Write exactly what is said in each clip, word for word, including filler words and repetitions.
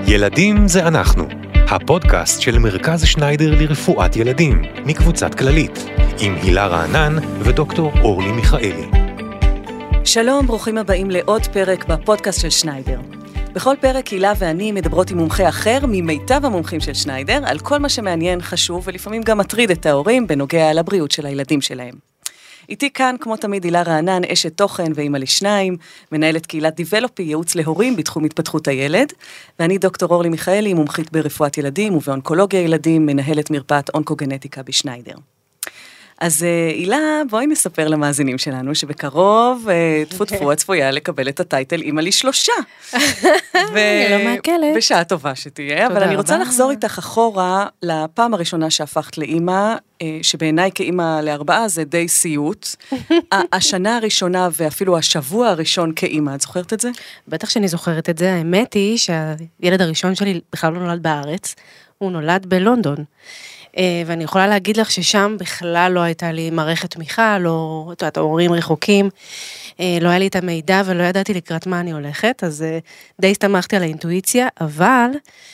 ילדים זה אנחנו, הפודקאסט של מרכז שניידר לרפואת ילדים, מקבוצת כללית, עם הילה רענן ודוקטור אורלי מיכאלי. שלום, ברוכים הבאים לעוד פרק בפודקאסט של שניידר. בכל פרק הילה ואני מדברות עם מומחה אחר ממיטב המומחים של שניידר, על כל מה שמעניין, חשוב ולפעמים גם מטריד את ההורים בנוגע לבריאות של הילדים שלהם. איתי כאן, כמו תמיד, הילה רענן, אשת תוכן ואימא לשניים, מנהלת קהילת דיבלופי, ייעוץ להורים בתחום התפתחות הילד, ואני דוקטור אורלי מיכאלי, מומחית ברפואת ילדים ובאונקולוגיה ילדים, מנהלת מרפאת אונקוגנטיקה בשניידר. אז הילה, בואי נספר למאזינים שלנו שבקרוב תפו הצפויה לקבל את הטייטל אימא לשלושה. אני לא מעכלת. בשעה טובה שתהיה, אבל אני רוצה לחזור איתך אחורה לפעם הראשונה שהפכת לאימא, שבעיניי כאימא לארבעה זה די סיוט. השנה הראשונה ואפילו השבוע הראשון כאימא, את זוכרת את זה? בטח שאני זוכרת את זה, האמת היא שהילד הראשון שלי בכלל לא נולד בארץ, הוא נולד בלונדון. ואני יכולה להגיד לך ששם בכלל לא הייתה לי מערכת תמיכה, לא, את יודעת, ההורים רחוקים, לא היה לי את המידע ולא ידעתי לקראת מה אני הולכת, אז די הסתמכתי על האינטואיציה, אבל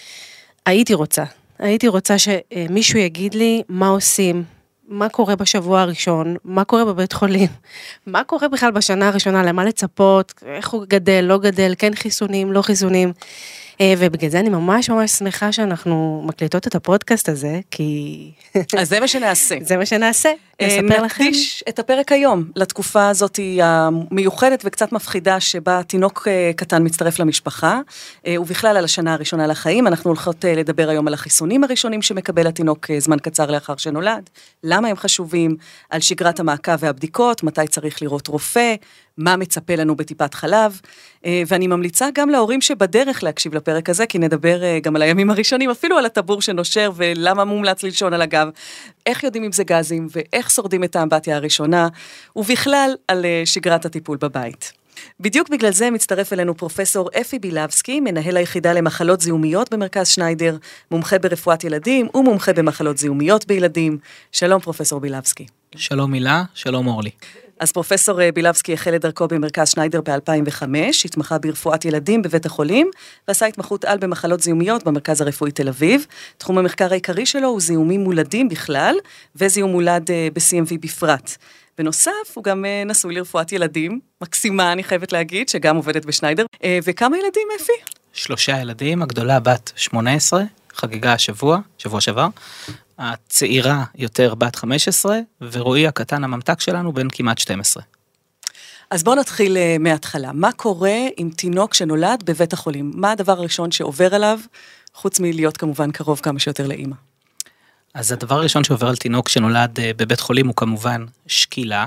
הייתי רוצה, הייתי רוצה שמישהו יגיד לי מה עושים, מה קורה בשבוע הראשון, מה קורה בבית חולים, מה קורה בכלל בשנה הראשונה, למה לצפות, איך הוא גדל, לא גדל, כן חיסונים, לא חיסונים, ובגלל זה אני ממש ממש שמחה שאנחנו מקליטות את הפודקאסט הזה, כי... אז זה מה שנעשה. זה מה שנעשה. נספר לכם. נקדיש את הפרק היום, לתקופה הזאת המיוחדת וקצת מפחידה, שבה תינוק קטן מצטרף למשפחה, ובכלל על השנה הראשונה לחיים. אנחנו הולכות לדבר היום על החיסונים הראשונים שמקבל התינוק זמן קצר לאחר שנולד, למה הם חשובים, על שגרת המעקב והבדיקות, מתי צריך לראות רופא, מה מצפה לנו בטיפת חלב, ואני ממליצה גם להורים שבדרך להקשיב לפרק הזה, כי נדבר גם על הימים הראשונים, אפילו על הטבור שנושר, ולמה מומלץ ללשון על הגב, איך יודעים אם זה גזים, ואיך שורדים את האמבטיה הראשונה, ובכלל על שגרת הטיפול בבית. בדיוק בגלל זה מצטרף אלינו פרופסור אפי בילבסקי, מנהל היחידה למחלות זיהומיות במרכז שניידר, מומחה ברפואת ילדים ומומחה במחלות זיהומיות בילדים. שלום פרופסור בילבסקי. שלום הילה, שלום אורלי. אז פרופסור בילבסקי החל את דרכו במרכז שניידר ב-אלפיים וחמש, התמחה ברפואת ילדים בבית החולים, ועשה התמחות על במחלות זיהומיות במרכז הרפואי תל אביב. תחום המחקר העיקרי שלו הוא זיהומים מולדים בכלל, וזיהום מולד ב-סי אם וי בפרט. בנוסף, הוא גם נשוי לרפואת ילדים, מקסימה אני חייבת להגיד, שגם עובדת בשניידר. וכמה ילדים, אפי? שלושה ילדים, הגדולה בת שמונה עשרה, חגיגה השבוע, שבוע שעבר, הצעירה יותר בת חמש עשרה, ורועי הקטן הממתק שלנו בין כמעט שתים עשרה. אז בואו נתחיל מההתחלה. מה קורה עם תינוק שנולד בבית החולים? מה הדבר הראשון שעובר עליו, חוץ מלהיות כמובן קרוב כמה שיותר לאמא? אז הדבר הראשון שעובר על תינוק שנולד בבית חולים הוא כמובן שקילה,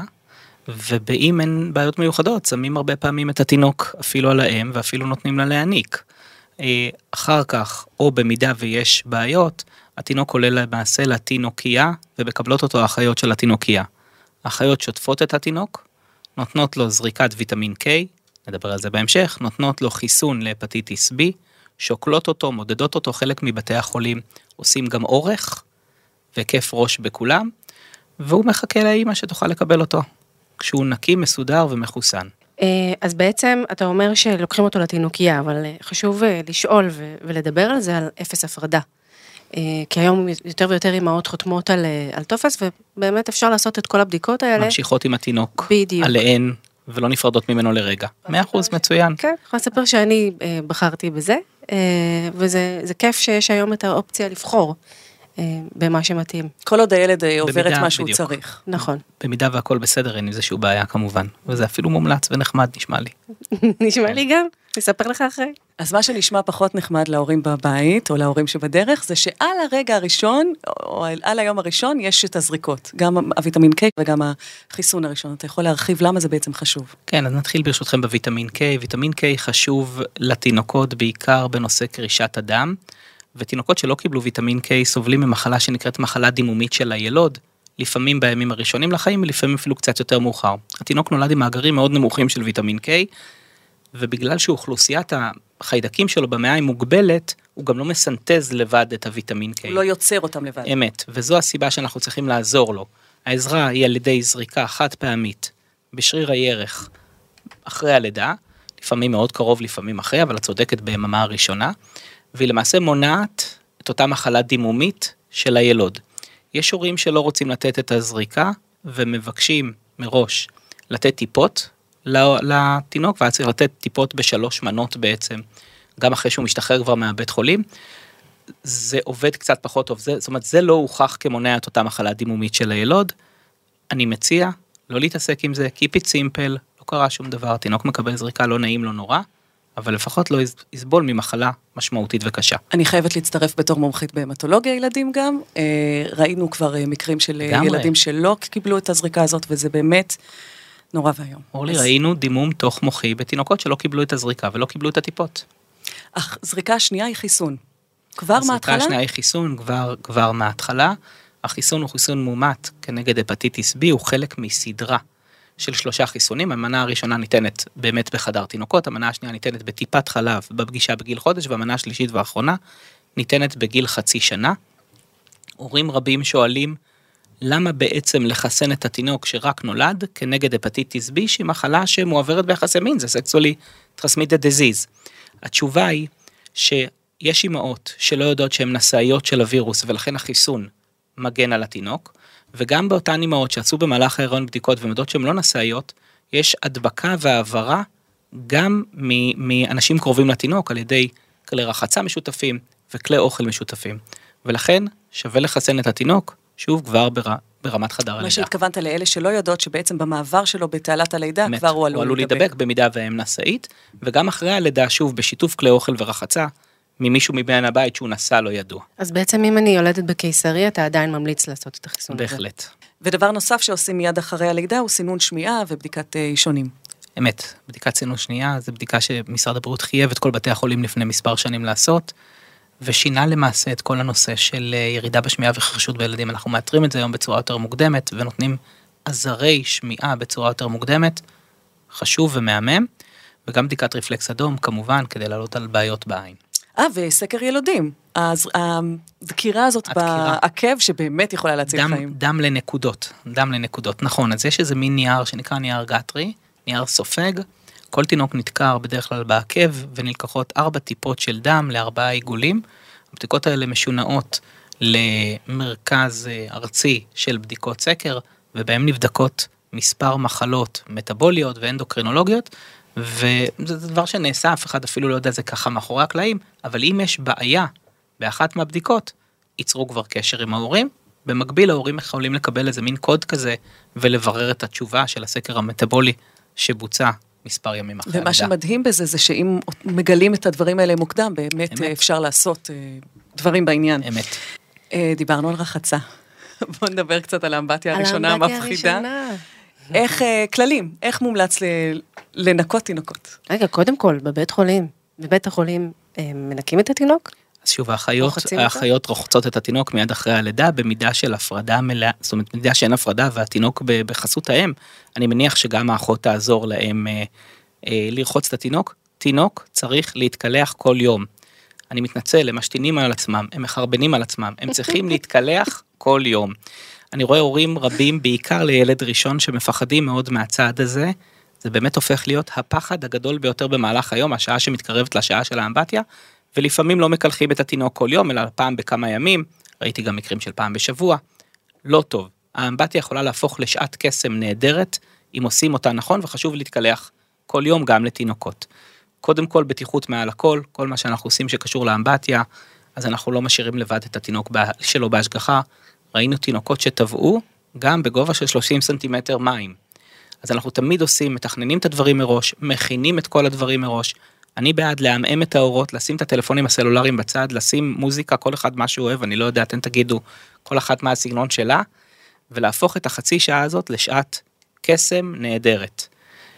ובאם אין בעיות מיוחדות, שמים הרבה פעמים את התינוק אפילו על האם, ואפילו נותנים לה להעניק. אחר כך, או במידה ויש בעיות, התינוק עולה למעשה לתינוקייה, ובקבלות אותו האחיות של התינוקייה. האחיות שוטפות את התינוק, נותנות לו זריקת ויטמין K, נדבר על זה בהמשך, נותנות לו חיסון להפטיטיס B, שוקלות אותו, מודדות אותו, חלק מבתי החולים עושים גם אורך, וכיף ראש בכולם, והוא מחכה לאמא שתוכל לקבל אותו, כשהוא נקי, מסודר ומחוסן. אז בעצם אתה אומר שלוקחים אותו לתינוקייה, אבל חשוב לשאול ולדבר על זה, על אפס הפרדה. כי היום יותר ויותר אמהות חותמות על, על טופס, ובאמת אפשר לעשות את כל הבדיקות האלה. ממשיכות עם התינוק, בדיוק. עליהן, ולא נפרדות ממנו לרגע. מאה אחוז מצוין. כן, אני יכולה לספר שאני בחרתי בזה, וזה זה כיף שיש היום את האופציה לבחור במה שמתאים. כל עוד הילד עובר את מה שהוא צריך. נכון. במידה והכל בסדר, אין איזשהו בעיה כמובן, וזה אפילו מומלץ ונחמד נשמע לי. נשמע לי גם, נספר לך אחרי. אז מה שנשמע פחות נחמד להורים בבית, או להורים שבדרך, זה שעל הרגע הראשון, או על היום הראשון, יש את הזריקות. גם הוויטמין K וגם החיסון הראשון. אתה יכול להרחיב למה זה בעצם חשוב. כן, אז נתחיל ברשותכם בוויטמין K. ויטמין K חשוב לתינוקות בעיקר בנושא קרישת הדם, ותינוקות שלא קיבלו ויטמין K סובלים ממחלה שנקראת מחלה דימומית של הילוד, לפעמים בימים הראשונים לחיים, ולפעמים אפילו קצת יותר מאוחר. התינוק נולד עם מאגרים מאוד נמוכים של ויטמין K, ובגלל שאוכלוסיית החיידקים שלו במעיים מוגבלת, הוא גם לא מסנטז לבד את הוויטמין K. הוא לא יוצר אותם לבד. אמת, וזו הסיבה שאנחנו צריכים לעזור לו. העזרה היא על ידי זריקה חד פעמית, בשריר הירך, אחרי הלידה, לפעמים מאוד קרוב, לפעמים אחרי, אבל את צודקת ביממה הראשונה, והיא למעשה מונעת את אותה מחלה דימומית של הילוד. יש הורים שלא רוצים לתת את הזריקה, ומבקשים מראש לתת טיפות לתינוק, ואז צריך לתת טיפות בשלוש מנות בעצם, גם אחרי שהוא משתחרר כבר מהבית חולים. זה עובד קצת פחות טוב, זה, זאת אומרת, זה לא הוכח כמונע את אותה מחלה דימומית של הילוד. אני מציע לא להתעסק עם זה, keep it simple, לא קרה שום דבר, תינוק מקבל זריקה, לא נעים, לא נורא, אבל לפחות לא יסבול ממחלה משמעותית וקשה. אני חייבת להצטרף בתור מומחית בהמטולוגיה ילדים גם, ראינו כבר מקרים של ילדים שלא קיבלו את הזריקה הזאת, וזה באמת נורא והיום. אורלי, ראינו דימום תוך מוחי בתינוקות שלא קיבלו את הזריקה ולא קיבלו את הטיפות. אך זריקה השנייה היא חיסון. כבר מההתחלה? הזריקה השנייה היא חיסון, כבר, כבר מההתחלה. החיסון הוא חיסון מומת כנגד הפטיטיס בי, הוא חלק מסדרה של שלושה חיסונים. המנה הראשונה ניתנת באמת בחדר תינוקות, המנה השנייה ניתנת בטיפת חלב בפגישה בגיל חודש, והמנה השלישית והאחרונה ניתנת בגיל חצי שנה. הורים רבים שואלים, למה בעצם לחסן את התינוק שרק נולד כנגד הפטיטיס בי, שהיא מחלה שמועברת ביחסי מין, זה sexually transmitted disease. התשובה היא שיש אימהות שלא יודעות שהן נשאיות של הווירוס, ולכן החיסון מגן על התינוק, וגם באותן אימהות שעשו במהלך ההיריון בדיקות ומדעות שהן לא נשאיות, יש הדבקה והעברה גם מאנשים קרובים לתינוק, על ידי כלי רחצה משותפים וכלי אוכל משותפים. ולכן שווה לחסן את התינוק, שוב כבר ברמת חדר הלידה. מה שהתכוונת לאלה שלא יודעות שבעצם במעבר שלו בתעלת הלידה כבר הוא עלול, הוא עלול להידבק במידה והם נשאית, וגם אחרי הלידה שוב בשיתוף כלי אוכל ורחצה, ממישהו מבין הבית שהוא נשא לא ידוע. אז בעצם אם אני יולדת בקיסרי, אתה עדיין ממליץ לעשות את החיסון הזה. בהחלט. ודבר נוסף שעושים מיד אחרי הלידה הוא סינון שמיעה ובדיקת אישונים. אמת, בדיקת סינון שמיעה זה בדיקה שמשרד הבריאות חייב את כל בתי החולים לפני מספר שנים לעשות, ושינה למעשה את כל הנושא של ירידה בשמיעה וחרשות בילדים. אנחנו מאתרים את זה היום בצורה יותר מוקדמת, ונותנים עזרי שמיעה בצורה יותר מוקדמת, חשוב ומהמם, וגם בדיקת רפלקס אדום, כמובן, כדי לעלות על בעיות בעין. אה, וסקר ילודים. אז הדקירה הזאת בעקב שבאמת יכולה להציל דם, חיים. דם לנקודות, דם לנקודות, נכון. אז יש איזה מין נייר שנקרא נייר גטרי, נייר סופג, כל תינוק נתקר בדרך כלל בעקב, ונלקחות ארבע טיפות של דם לארבעה עיגולים. הבדיקות האלה משונעות למרכז ארצי של בדיקות סקר, ובהם נבדקות מספר מחלות מטאבוליות ואנדוקרינולוגיות, וזה דבר שנעשה, אף אחד אפילו לא יודע זה ככה מאחורי הקלעים, אבל אם יש בעיה באחת מהבדיקות, ייצרו כבר קשר עם ההורים, במקביל ההורים יכולים לקבל איזה מין קוד כזה, ולברר את התשובה של הסקר המטאבולי שבוצע מספר ימים אחרי הלידה. ומה שמדהים בזה, זה שאם מגלים את הדברים האלה מוקדם, באמת אמת. אפשר לעשות דברים בעניין. אמת. דיברנו על רחצה. בואו נדבר קצת על האמבטיה הראשונה המפחידה. איך, כללים, איך מומלץ לנקות תינוקות? רגע, קודם כל, בבית חולים, בבית החולים, מנקים את התינוק? אז שוב, האחיות, האחיות רוחצות את התינוק מיד אחרי הלידה, במידה של הפרדה מלאה, זאת אומרת, במידה שאין הפרדה, והתינוק בחסות האם, אני מניח שגם האחות תעזור להם אה, אה, לרחוץ את התינוק. תינוק צריך להתקלח כל יום. אני מתנצל, הם משתינים על עצמם, הם מחרבנים על עצמם, הם צריכים להתקלח כל יום. אני רואה הורים רבים, בעיקר לילד ראשון, שמפחדים מאוד מהצעד הזה, זה באמת הופך להיות הפחד הגדול ביותר במהלך היום, השעה שמתקרבת לשעה של האמבטיה, ולפעמים לא מקלחים את התינוק כל יום, אלא פעם בכמה ימים, ראיתי גם מקרים של פעם בשבוע, לא טוב. האמבטיה יכולה להפוך לשעת קסם נהדרת, אם עושים אותה נכון, וחשוב להתקלח כל יום גם לתינוקות. קודם כל, בטיחות מעל הכל, כל מה שאנחנו עושים שקשור לאמבטיה, אז אנחנו לא משאירים לבד את התינוק שלו בהשגחה. ראינו תינוקות שטבעו גם בגובה של שלושים סנטימטר מים. אז אנחנו תמיד עושים, מתכננים את הדברים מראש, מכינים את כל הדברים מראש. אני בעד להמאם את האורות, לשים את הטלפונים הסלולריים בצד, לשים מוזיקה, כל אחד מה שהוא אוהב, אני לא יודע, אתם תגידו, כל אחת מה הסגנון שלה, ולהפוך את החצי שעה הזאת לשעת קסם נהדרת.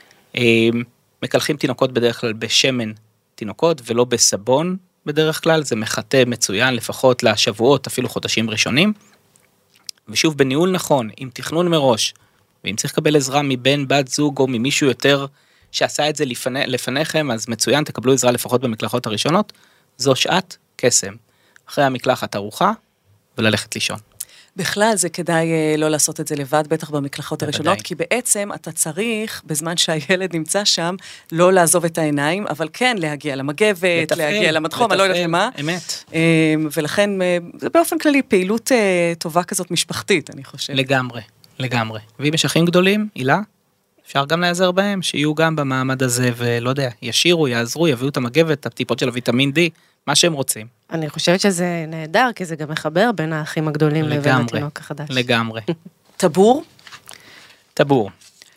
מקלחים תינוקות בדרך כלל בשמן תינוקות, ולא בסבון בדרך כלל, זה מחטא מצוין, לפחות לשבועות, אפילו חודשים ראשונים, ושוב בניהול נכון, עם תכנון מראש, ואם צריך לקבל עזרה מבן, בת זוג, או ממישהו יותר שעשה את זה לפני, לפניכם, אז מצוין, תקבלו עזרה לפחות במקלחות הראשונות, זו שעת קסם. אחרי המקלחת ארוחה, וללכת לישון. בכלל זה כדאי לא לעשות את זה לבד, בטח במקלחות הראשונות, כי בעצם אתה צריך, בזמן שהילד נמצא שם, לא לעזוב את העיניים, אבל כן להגיע למגבת, להגיע למדחום, אני לא יודעת למה. אמת. ולכן, זה באופן כללי פעילות טובה כזאת משפחתית, אני חושבת. לגמרי, לגמרי. ואם יש אחים גדולים, הילה, אפשר גם לעזר בהם, שיהיו גם במעמד הזה, ולא יודע, ישירו, יעזרו, יביאו את המגבת, הטיפות של הוויטמין D, מה שהם רוצים. אני חושבת שזה נהדר, כי זה גם מחבר בין האחים הגדולים לבין התינוק החדש. לגמרי. טבור? טבור.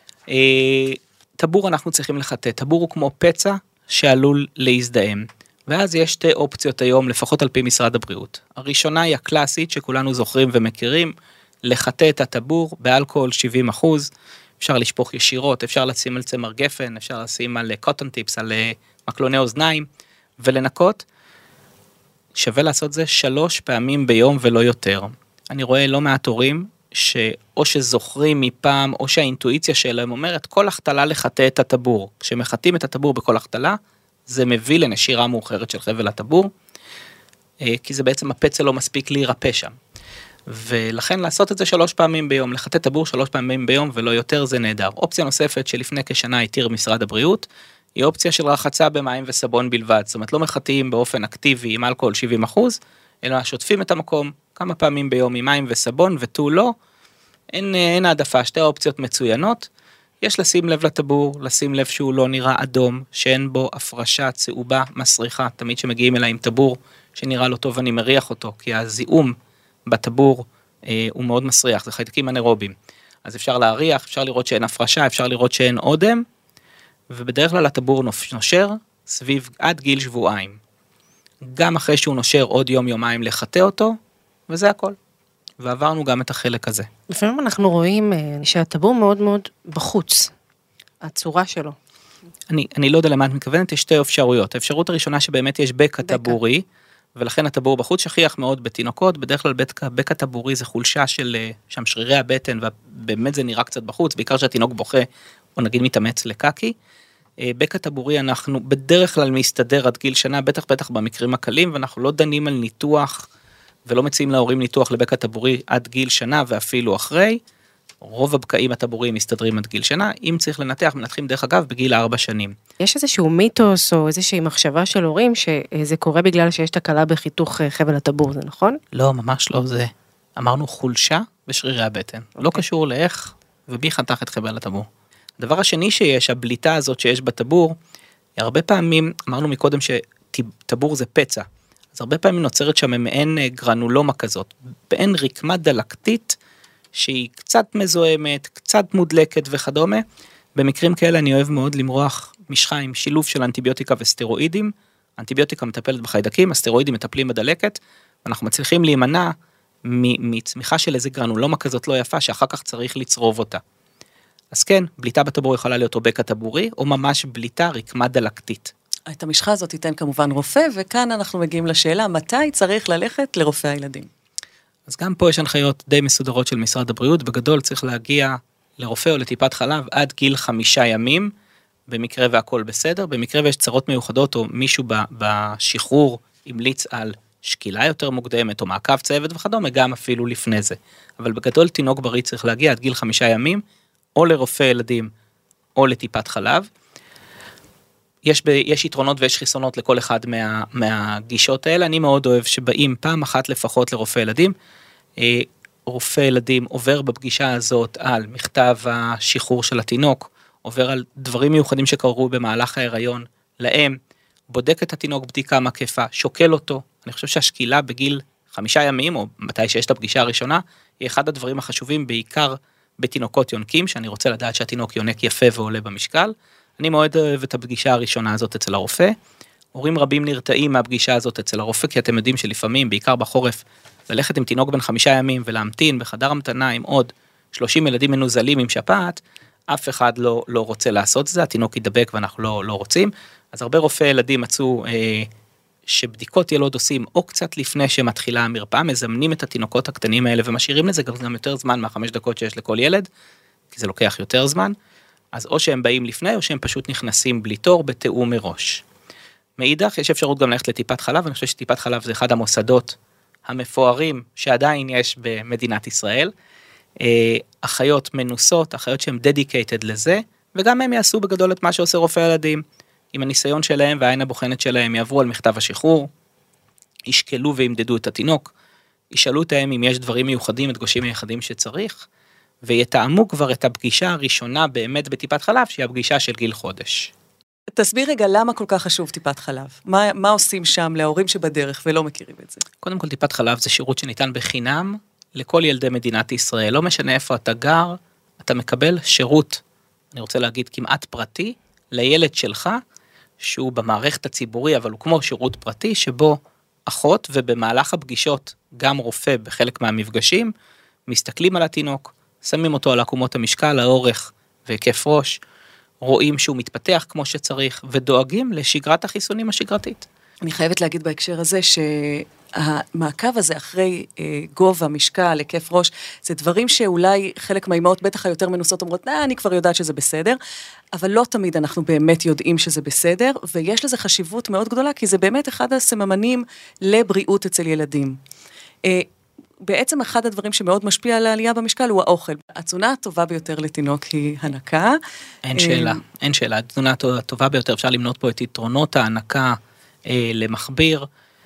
טבור אנחנו צריכים לחטא. טבור הוא כמו פצע שעלול להזדהם. ואז יש שתי אופציות היום, לפחות על פי משרד הבריאות. הראשונה היא הקלאסית, שכולנו זוכרים ומכירים, לחטא את הטבור באלכוהול שבעים אחוז, אפשר לשפוך ישירות, אפשר לשים על צמר גפן, אפשר לשים על קוטון טיפס, על מקלוני אוזניים, ולנקות. שווה לעשות זה שלוש פעמים ביום ולא יותר. אני רואה לא מעט הורים, שאו שזוכרים מפעם, או שהאינטואיציה שלהם אומרת, כל החתלה לחטא את הטבור. כשמחטאים את הטבור בכל החתלה, זה מביא לנשירה מאוחרת של חבל הטבור, כי זה בעצם הפצע לא מספיק להירפא שם. ולכן לעשות את זה שלוש פעמים ביום, לחטא טבור שלוש פעמים ביום ולא יותר, זה נהדר. אופציה נוספת שלפני כשנה התיר משרד הבריאות, היא אופציה של רחצה במים וסבון בלבד, זאת אומרת לא מחטאים באופן אקטיבי עם אלכוהול שבעים אחוז, אלא שוטפים את המקום כמה פעמים ביום עם מים וסבון ותו לא, אין, אין העדפה, שתי האופציות מצוינות, יש לשים לב לטבור, לשים לב שהוא לא נראה אדום, שאין בו הפרשה צהובה מסריחה, תמיד שמגיעים אליי עם טבור שנראה לא טוב אני מריח אותו, כי הזיהום בטבור אה, הוא מאוד מסריח, זה חיידקים אנאירובים, אז אפשר להריח, אפשר לראות שאין הפרשה, אפשר לראות שאין אודם, ובדרך כלל הטבור נושר סביב עד גיל שבועיים. גם אחרי שהוא נושר עוד יום יומיים לחטא אותו, וזה הכל. ועברנו גם את החלק הזה. לפעמים אנחנו רואים שהטבור מאוד מאוד בחוץ, הצורה שלו. אני, אני לא יודע למה את מתכוונת, יש שתי אפשרויות. האפשרות הראשונה שבאמת יש בקע טבורי, ולכן הטבור בחוץ שכיח מאוד בתינוקות, בדרך כלל בקע טבורי זה חולשה של שם שרירי הבטן, ובאמת זה נראה קצת בחוץ, בעיקר שהתינוק בוכה, או נגיד מתאמץ לקקי. בקע טבורי אנחנו בדרך כלל מסתדר עד גיל שנה, בטח בטח במקרים הקלים, ואנחנו לא דנים על ניתוח, ולא מציעים להורים ניתוח לבקע טבורי עד גיל שנה, ואפילו אחרי. רוב הבקעים הטבוריים מסתדרים עד גיל שנה, אם צריך לנתח, מנתחים דרך אגב בגיל ארבע שנים. יש איזשהו מיתוס או איזושהי מחשבה של הורים, שזה קורה בגלל שיש תקלה בחיתוך חבל הטבור, זה נכון? לא, ממש לא, זה אמרנו חולשה בשרירי הבטן, okay. לא קשור לאיך ובי חתך את חבל הטבור. הדבר השני שיש, הבליטה הזאת שיש בטבור, הרבה פעמים, אמרנו מקודם שטבור זה פצע, אז הרבה פעמים נוצרת שם מעין גרנולומה כזאת, בעין רקמה דלקתית, שהיא קצת מזוהמת, קצת מודלקת וכדומה. במקרים כאלה אני אוהב מאוד למרוח משחה עם שילוב של אנטיביוטיקה וסטרואידים. אנטיביוטיקה מטפלת בחיידקים, הסטרואידים מטפלים בדלקת, ואנחנו מצליחים להימנע מצמיחה של איזה גרנולומה כזאת לא יפה, שאחר כך צריך לצרוב אותה. אז כן, בליטה בטבור יכולה להיות או בקע טבורי, או ממש בליטה רקמה דלקתית. את המשחה הזאת תיתן כמובן רופא, וכאן אנחנו מגיעים לשאלה, מתי צריך ללכת לרופא הילדים? אז גם פה יש הנחיות די מסודרות של משרד הבריאות, בגדול צריך להגיע לרופא או לטיפת חלב עד גיל חמישה ימים, במקרה והכל בסדר, במקרה ויש צרות מיוחדות או מישהו בשחרור המליץ על שקילה יותר מוקדמת או מעקב צוות וכדומה, גם אפילו לפני זה. אבל בגדול תינוק בריא צריך להגיע עד גיל חמישה ימים, או לרופא ילדים או לטיפת חלב. יש, ב, יש יתרונות ויש חיסונות לכל אחד מה, מהגישות האלה, אני מאוד אוהב שבאים פעם אחת לפחות לרופא ילדים, רופא ילדים עובר בפגישה הזאת על מכתב השחרור של התינוק, עובר על דברים מיוחדים שקרו במהלך ההיריון להם, בודק את התינוק בדיקה מקיפה, שוקל אותו, אני חושב שהשקילה בגיל חמישה ימים, או מתי שיש את הפגישה הראשונה, היא אחד הדברים החשובים בעיקר בתינוקות יונקים, שאני רוצה לדעת שהתינוק יונק יפה ועולה במשקל, אני מאוד אוהב את הפגישה הראשונה הזאת אצל הרופא, הורים רבים נרתעים מהפגישה הזאת אצל הרופא, כי אתם יודעים שלפעמים, בעיקר בחורף, ללכת עם תינוק בן חמישה ימים ולהמתין בחדר המתנה עם עוד שלושים ילדים מנוזלים עם שפעת, אף אחד לא, לא רוצה לעשות את זה, התינוק ידבק ואנחנו לא, לא רוצים, אז הרבה רופאי ילדים מצאו אה, שבדיקות ילוד עושים או קצת לפני שמתחילה המרפאה, מזמנים את התינוקות הקטנים האלה ומשאירים לזה גם יותר זמן מהחמש דקות שיש לכל ילד, כי זה לוקח יותר זמן, אז או שהם באים לפני או שהם פשוט נכנסים בלי תור בתיאום מראש. מאידך יש אפשרות גם ללכת לטיפת חלב, אני חושב שטיפת חלב זה אחד המוסדות המפוארים שעדיין יש במדינת ישראל, אחיות מנוסות, אחיות שהן dedicated לזה, וגם הם יעשו בגדול את מה שעושה רופא ילדים, עם הניסיון שלהם והעין הבוחנת שלהם, יעברו על מכתב השחרור, ישקלו וימדדו את התינוק, ישאלו אותם אם יש דברים מיוחדים, הדגשים מיוחדים שצריך, ויתאמו כבר את הפגישה הראשונה באמת בטיפת חלב, שהיא הפגישה של גיל חודש. תסביר רגע למה כל כך חשוב טיפת חלב. מה, מה עושים שם להורים שבדרך ולא מכירים את זה? קודם כל, טיפת חלב זה שירות שניתן בחינם לכל ילדי מדינת ישראל. לא משנה איפה אתה גר, אתה מקבל שירות, אני רוצה להגיד כמעט פרטי, לילד שלך, שהוא במערכת הציבורי, אבל הוא כמו שירות פרטי, שבו אחות ובמהלך הפגישות, גם רופא בחלק מהמפגשים, מסתכלים על התינוק, שמים אותו על עקומות המשקל, האורך והיקף ראש, רואים שהוא מתפתח כמו שצריך, ודואגים לשגרת החיסונים השגרתית. אני חייבת להגיד בהקשר הזה שהמעקב הזה אחרי אה, גובה, משקל, היקף ראש, זה דברים שאולי חלק מהאימהות בטח היותר מנוסות אומרות, נה, אני כבר יודעת שזה בסדר, אבל לא תמיד אנחנו באמת יודעים שזה בסדר, ויש לזה חשיבות מאוד גדולה, כי זה באמת אחד הסממנים לבריאות אצל ילדים. אה, בעצם אחד הדברים שמאוד משפיע על העלייה במשקל הוא האוכל. התזונה הטובה ביותר לתינוק היא הנקה. אין שאלה, אין שאלה. התזונה הטובה ביותר, אפשר למנות פה את יתרונות ההנקה אה, למחביר,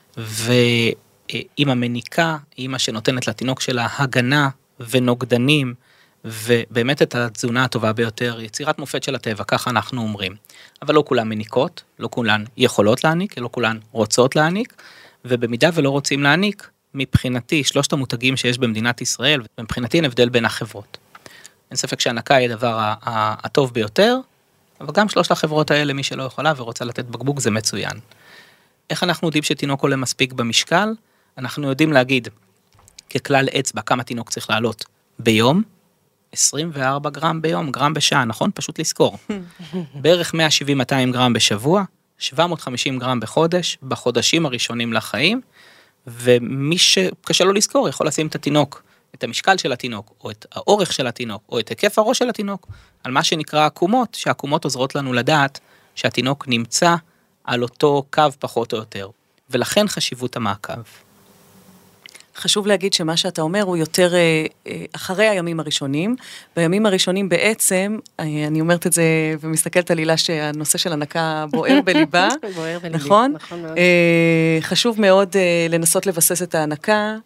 ועם המניקה, אימא שנותנת לתינוק שלה הגנה ונוגדנים, ובאמת את התזונה הטובה ביותר, יצירת מופת של הטבע, ככה אנחנו אומרים. אבל לא כולן מניקות, לא כולן יכולות להעניק, לא כולן רוצות להעניק, ובמידה ולא רוצים להעניק, מבחינתי, שלושת המותגים שיש במדינת ישראל, ומבחינתי אין הבדל בין החברות. אין ספק שהנקה היא הדבר הטוב ביותר, אבל גם שלושת החברות האלה, מי שלא יכולה ורוצה לתת בקבוק, זה מצוין. איך אנחנו יודעים שתינוק עולה מספיק במשקל? אנחנו יודעים להגיד, ככלל אצבע, כמה תינוק צריך לעלות ביום, עשרים וארבעה גרם ביום, גרם בשעה, נכון? פשוט לזכור. בערך מאה שבעים עד מאתיים גרם בשבוע, שבע מאות וחמישים גרם בחודש, בחודשים הראשונים לחיים, ומי שקשה לו לזכור יכול לשים את התינוק, את המשקל של התינוק, או את האורך של התינוק, או את היקף הראש של התינוק, על מה שנקרא עקומות, שהעקומות עוזרות לנו לדעת שהתינוק נמצא על אותו קו פחות או יותר, ולכן חשיבות המעקב. חשוב להגיד שמה שאתה אומר הוא יותר אחרי הימים הראשונים. בימים הראשונים בעצם, אני אומרת את זה ומסתכלת על הילה שהנושא של הנקה בוער בליבה. בוער בליבי, נכון? נכון מאוד. חשוב מאוד לנסות לבסס את ההנקה,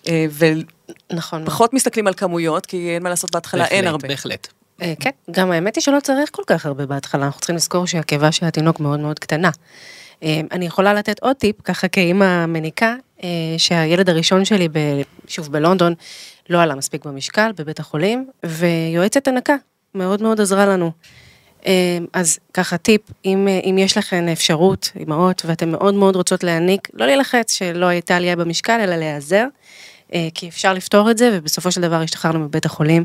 ופחות מסתכלים על כמויות, כי אין מה לעשות בהתחלה, אין הרבה. בהחלט. כן, גם האמת היא שלא צריך כל כך הרבה בהתחלה, אנחנו צריכים לזכור שהקיבה של התינוק מאוד מאוד קטנה. אני יכולה לתת עוד טיפ, ככה כאימא מניקה, שהילד הראשון שלי, שוב בלונדון, לא עלה מספיק במשקל, בבית החולים, ויועצת הנקה, מאוד מאוד עזרה לנו. אז ככה טיפ, אם, אם יש לכם אפשרות, אמהות, ואתם מאוד מאוד רוצות להעניק, לא להילחץ שלא הייתה עלייה במשקל, אלא להיעזר, כי אפשר לפתור את זה, ובסופו של דבר השתחררנו מבית החולים,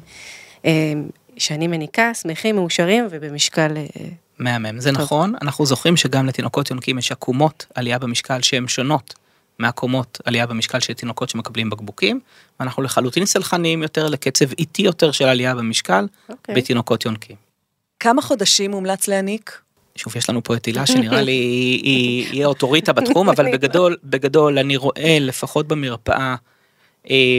שאני מניקה, שמחים, מאושרים, ובמשקל מהמם, זה נכון, אנחנו זוכרים שגם לתינוקות יונקים יש עקומות עלייה במשקל שהן שונות מהעקומות עלייה במשקל של תינוקות שמקבלים בקבוקים, ואנחנו לחלוטין סלחניים יותר לקצב איטי יותר של עלייה במשקל okay. בתינוקות יונקים. כמה חודשים מומלץ להעניק? שוב, יש לנו פה את הילה שנראה לי היא, היא, היא אוטוריטה בתחום, אבל בגדול, בגדול אני רואה לפחות במרפאה, אה,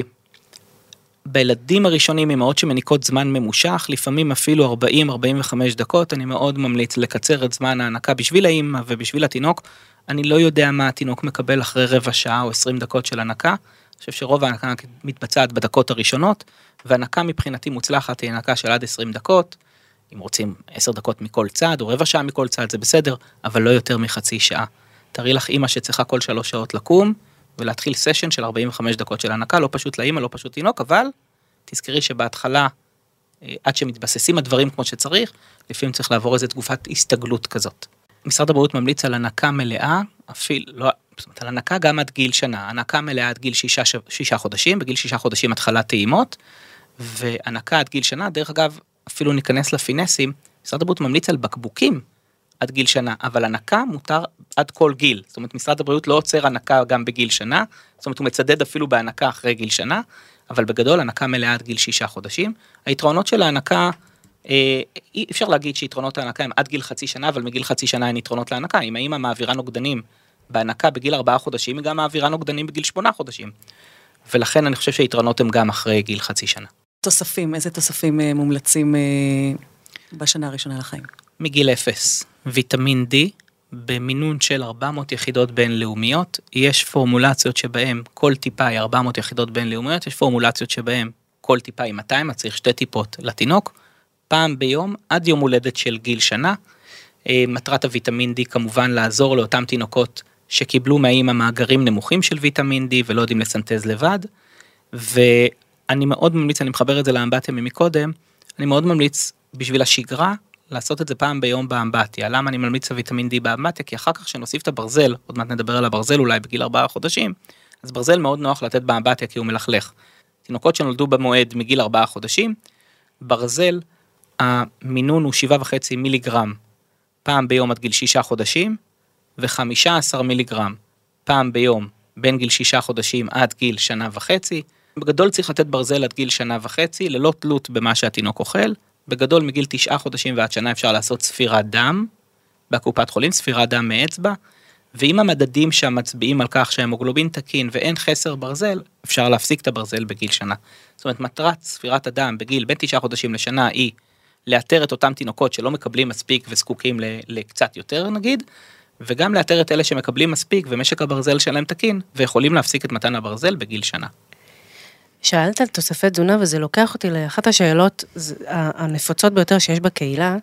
בילדים הראשונים אמהות שמניקות זמן ממושך, לפעמים אפילו ארבעים עד ארבעים וחמש דקות, אני מאוד ממליץ לקצר את זמן ההנקה בשביל האמא ובשביל התינוק, אני לא יודע מה התינוק מקבל אחרי רבע שעה או עשרים דקות של הנקה, אני חושב שרוב ההנקה מתבצעת בדקות הראשונות, והנקה מבחינתי מוצלחת היא הנקה של עד עשרים דקות, אם רוצים עשר דקות מכל צד או רבע שעה מכל צד זה בסדר, אבל לא יותר מחצי שעה. תראי לך אמא שצריכה כל שלוש שעות לקום, ולהתחיל סשן של ארבעים וחמש דקות של הנקה, לא פשוט לאמא, לא פשוט תינוק, אבל תזכרי שבהתחלה, עד שמתבססים הדברים כמו שצריך, לפעמים צריך לעבור איזו תגופת הסתגלות כזאת. משרד הבריאות ממליץ על הנקה מלאה, אפילו, לא, זאת אומרת, על הנקה גם עד גיל שנה, הנקה מלאה עד גיל שישה, שישה חודשים, בגיל שישה חודשים התחלת טעימות, והנקה עד גיל שנה, דרך אגב, אפילו ניכנס לפינסים, משרד הבריאות ממליץ על בקבוקים עד גיל שנה, אבל הנקה מותר עד כל גיל, זאת אומרת, משרד הבריאות לא עוצר הנקה גם בגיל שנה, זאת אומרת, הוא מצדד אפילו בהנקה אחרי גיל שנה, אבל בגדול, הנקה מלאה עד גיל שישה חודשים. היתרונות של ההנקה, אה, אי אפשר להגיד שיתרונות ההנקה הם עד גיל חצי שנה, אבל מגיל חצי שנה אין יתרונות להנקה. אם האמא מעבירה נוגדנים בהנקה בגיל ארבעה חודשים, היא גם מעבירה נוגדנים בגיל שמונה חודשים. ולכן אני חושב שהיתרונות הם גם אחרי גיל חצי שנה. תוספים, איזה תוספים מומלצים בשנה הראשונה לחיים? מגיל אפס, ויטמין D, במינון של ארבע מאות יחידות בינלאומיות, יש פורמולציות שבהם כל טיפה היא ארבע מאות יחידות בינלאומיות, יש פורמולציות שבהם כל טיפה היא מאתיים, אז צריך שתי טיפות לתינוק, פעם ביום עד יום הולדת של גיל שנה. מטרת הוויטמין D כמובן לעזור לאותם תינוקות שקיבלו מהאמא מאגרים נמוכים של ויטמין D ולא יודעים לסנטז לבד, ואני מאוד ממליץ, אני מחבר את זה לאמבטיה ממקודם, אני מאוד ממליץ בשביל השגרה, לעשות את זה פעם ביום באמבטיה. למה אני ממליץ הוויטמין D באמבטיה? כי אחר כך שנוסיף את הברזל, עוד מעט נדבר על הברזל אולי בגיל ארבעה חודשים, אז ברזל מאוד נוח לתת באמבטיה כי הוא מלכלך. תינוקות שנולדו במועד מגיל ארבעה חודשים, ברזל, המינון הוא שבעה וחצי מיליגרם פעם ביום עד גיל שישה חודשים, ו-חמישה עשר מיליגרם פעם ביום בין גיל שישה חודשים עד גיל שנה וחצי. בגדול צריך לתת ברזל עד גיל שנה וחצי, ללא תלות במה שהתינוק אוכל. בגדול מגיל תשעה חודשים ועד שנה אפשר לעשות ספירת דם, בקופת חולים, ספירת דם מאצבע, ואם המדדים שם מצביעים על כך שההמוגלובין תקין ואין חסר ברזל, אפשר להפסיק את הברזל בגיל שנה. זאת אומרת, מטרת ספירת הדם בגיל בין תשעה חודשים לשנה היא לאתר את אותם תינוקות שלא מקבלים מספיק וזקוקים לקצת יותר נגיד, וגם לאתר את אלה שמקבלים מספיק ומשק הברזל שלהם תקין, ויכולים להפסיק את מתן הברזל בגיל שנה. שאלת על תוספי תזונה, וזה לוקח אותי לאחת השאלות הנפוצות ביותר שיש בקהילה,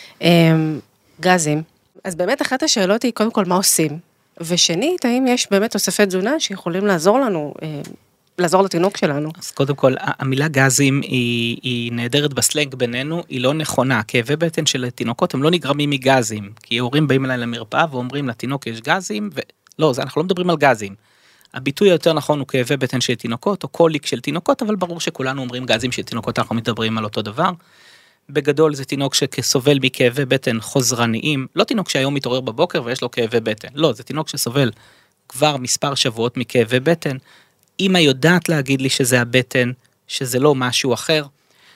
גזים. אז באמת אחת השאלות היא קודם כל מה עושים, ושנית, האם יש באמת תוספי תזונה שיכולים לעזור לנו, לעזור לתינוק שלנו? אז קודם כל, המילה גזים היא, היא נהדרת בסלנג בינינו, היא לא נכונה, כאבי בטן של תינוקות הם לא נגרמים מגזים, כי הורים באים אליי למרפאה ואומרים לתינוק יש גזים, ולא, זה, אנחנו לא מדברים על גזים. הביטוי היותר נכון הוא כאבי בטן של תינוקות, או קוליק של תינוקות, אבל ברור שכולנו אומרים גזים של תינוקות, אנחנו מדברים על אותו דבר. בגדול זה תינוק שסובל מכאבי בטן חוזרניים, לא תינוק שהיום מתעורר בבוקר ויש לו כאבי בטן, לא, זה תינוק שסובל כבר מספר שבועות מכאבי בטן, אמא יודעת להגיד לי שזה הבטן, שזה לא משהו אחר,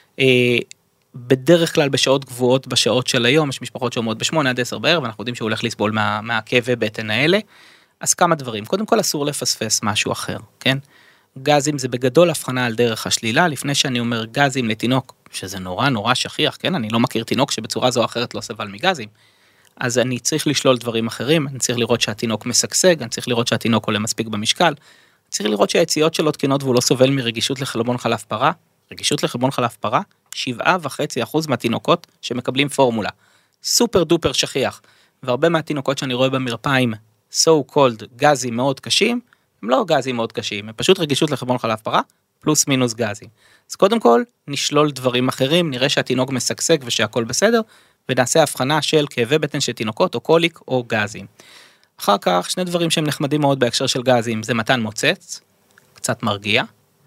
בדרך כלל בשעות גבוהות, בשעות של היום, יש משפחות שאומרות בשמונה עד עשר בערב, ואנחנו יודעים שהוא הולך לסבול מה, מהכאבי בטן האלה, אז כמה דברים, קודם כל אסור לפספס משהו אחר, כן? גזים זה בגדול הבחנה על דרך השלילה, לפני שאני אומר גזים לתינוק, שזה נורא נורא שכיח, כן? אני לא מכיר תינוק שבצורה זו או אחרת לא סבל מגזים, אז אני צריך לשלול דברים אחרים, אני צריך לראות שהתינוק משגשג, אני צריך לראות שהתינוק עולה מספיק במשקל, צריך לראות שהיציאות שלו תקינות והוא לא סובל מרגישות לחלבון חלב פרה, רגישות לחלבון חלב פרה, שבעה וחצי אחוז מהתינוקות שמקבלים פורמולה, סופר דופר שכיח, והרבה מהתינוקות שאני רואה במרפאה עם so called גזים מאוד קשים, הם לא גזים מאוד קשים, הם פשוט רגישות לחלבון חלב פרה, פלוס מינוס גזים. אז קודם כל, נשלול דברים אחרים, נראה שהתינוק משגשג ושהכל בסדר, ונעשה הבחנה של כאבי בטן של תינוקות, או קוליק, או גזים. אחר כך, שני דברים שהם נחמדים מאוד בהקשר של גזים, זה מתן מוצץ, קצת מרגיע,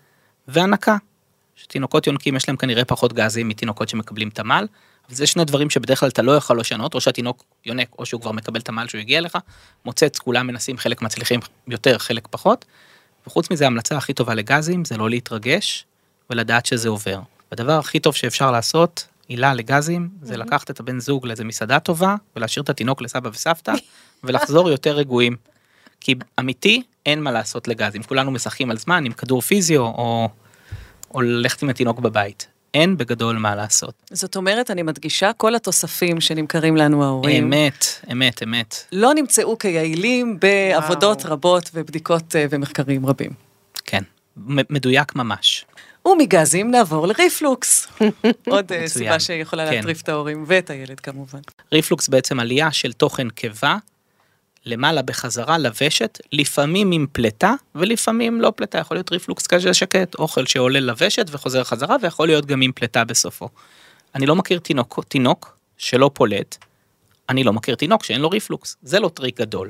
והנקה. שתינוקות יונקים יש להם כנראה פחות גזים מתינוקות שמקבלים תמל, אבל זה שני דברים שבדרך כלל אתה לא יכול לשנות, או שהתינוק יונק, או שהוא כבר מקבל תמל שהוא הגיע לך, מוצץ, כולם מנסים, חלק מצליחים יותר, חלק פחות, וחוץ מזה, ההמלצה הכי טובה לגזים, זה לא להתרגש, ולדעת שזה עובר. הדבר הכי טוב שאפשר לעשות, עילה לגזים, זה לקחת את הבן זוג לאיזה מסעדה טובה, ולהשאיר את התינוק לסבא וסבתא, ולחזור יותר רגועים. כי אמיתי, אין מה לעשות לגזים. כולנו משחקים על זמן, עם כדור פיזיו, או, או ללכת עם התינוק בבית. אין בגדול מה לעשות. זאת אומרת, אני מדגישה, כל התוספים שנמכרים לנו ההורים. אמת, אמת, אמת. לא נמצאו כיעילים בעבודות וואו. רבות ובדיקות ומחקרים רבים. כן, מדויק ממש. ומגזים נעבור לריפלוקס. עוד סיבה שיכולה כן. להטריף את ההורים ואת הילד כמובן. ריפלוקס בעצם עלייה של תוכן קיבה, למעלה בחזרה לוושת, לפעמים עם פלטה, ולפעמים לא פלטה, יכול להיות ריפלוקס כזה שקט, אוכל שעולה לוושת וחוזר חזרה, ויכול להיות גם עם פלטה בסופו. אני לא מכיר תינוק, תינוק שלא פולט, אני לא מכיר תינוק שאין לו ריפלוקס, זה לא טריק גדול.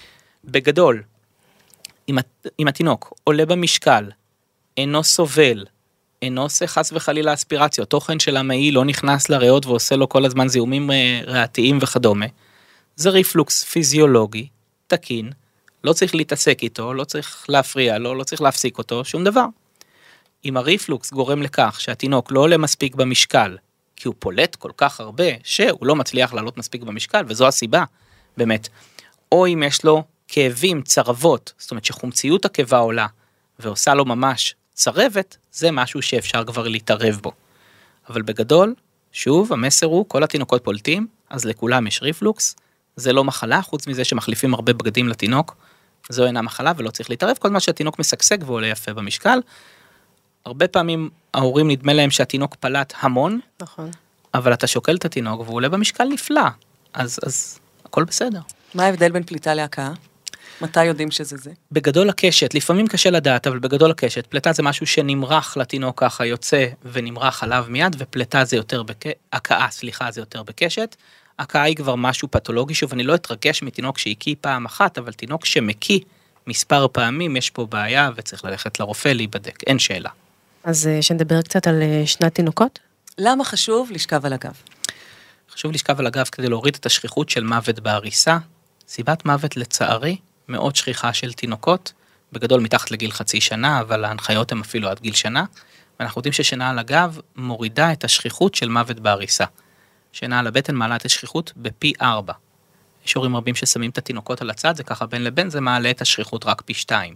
בגדול, אם, אם התינוק עולה במשקל, אינו סובל, אינו עושה חס וחלילה אספירציות, תוכן של המעי לא נכנס לריאות ועושה לו כל הזמן זיהומים ריאתיים וכדומה, זה ריפלוקס פיזיולוגי, תקין, לא צריך להתעסק איתו, לא צריך להפריע לו, לא צריך להפסיק אותו, שום דבר. אם הריפלוקס גורם לכך שהתינוק לא עולה מספיק במשקל, כי הוא פולט כל כך הרבה, שהוא לא מצליח לעלות מספיק במשקל, וזו הסיבה, באמת. או אם יש לו כאבים, צרבות, זאת אומרת שחומציות הקיבה עולה, ועושה לו ממש צרבת, זה משהו שאפשר כבר להתערב בו. אבל בגדול, שוב, המסר הוא, כל התינוקות פולטים, אז לכולם יש ריפלוקס, זה לא מחלה, חוץ מזה שמחליפים הרבה בגדים לתינוק, זו אינה מחלה ולא צריך להתערב, כל מה שהתינוק משגשג ועולה יפה במשקל, הרבה פעמים ההורים נדמה להם שהתינוק פלט המון, נכון. אבל אתה שוקל את התינוק והוא עולה במשקל נפלא, אז, אז הכל בסדר. מה ההבדל בין פליטה להקאה? מתי יודעים שזה זה? בגדול הקשת, לפעמים קשה לדעת, אבל בגדול הקשת, פליטה זה משהו שנמרח לתינוק ככה, יוצא ונמרח עליו מיד, ופליטה זה יותר בקשת, הקאה, סליחה, זה יותר בקשת, הקאה היא כבר משהו פתולוגי, שוב, אני לא אתרגש מתינוק שהקיא פעם אחת, אבל תינוק שמקיא מספר פעמים, יש פה בעיה, וצריך ללכת לרופא להיבדק, אין שאלה. אז שנדבר קצת על שנת תינוקות? למה חשוב לשכב על הגב? חשוב לשכב על הגב כדי להוריד את השכיחות של מוות בעריסה, סיבת מוות לצערי, מאוד שכיחה של תינוקות, בגדול מתחת לגיל חצי שנה, אבל ההנחיות הן אפילו עד גיל שנה, ואנחנו יודעים ששינה על הגב מורידה את השכיחות של מוות בעריסה. שינה על הבטן מעלה את השכיחות בפי ארבע. יש הורים רבים ששמים את התינוקות על הצד, זה ככה בין לבין, זה מעלה את השכיחות רק פי שתיים.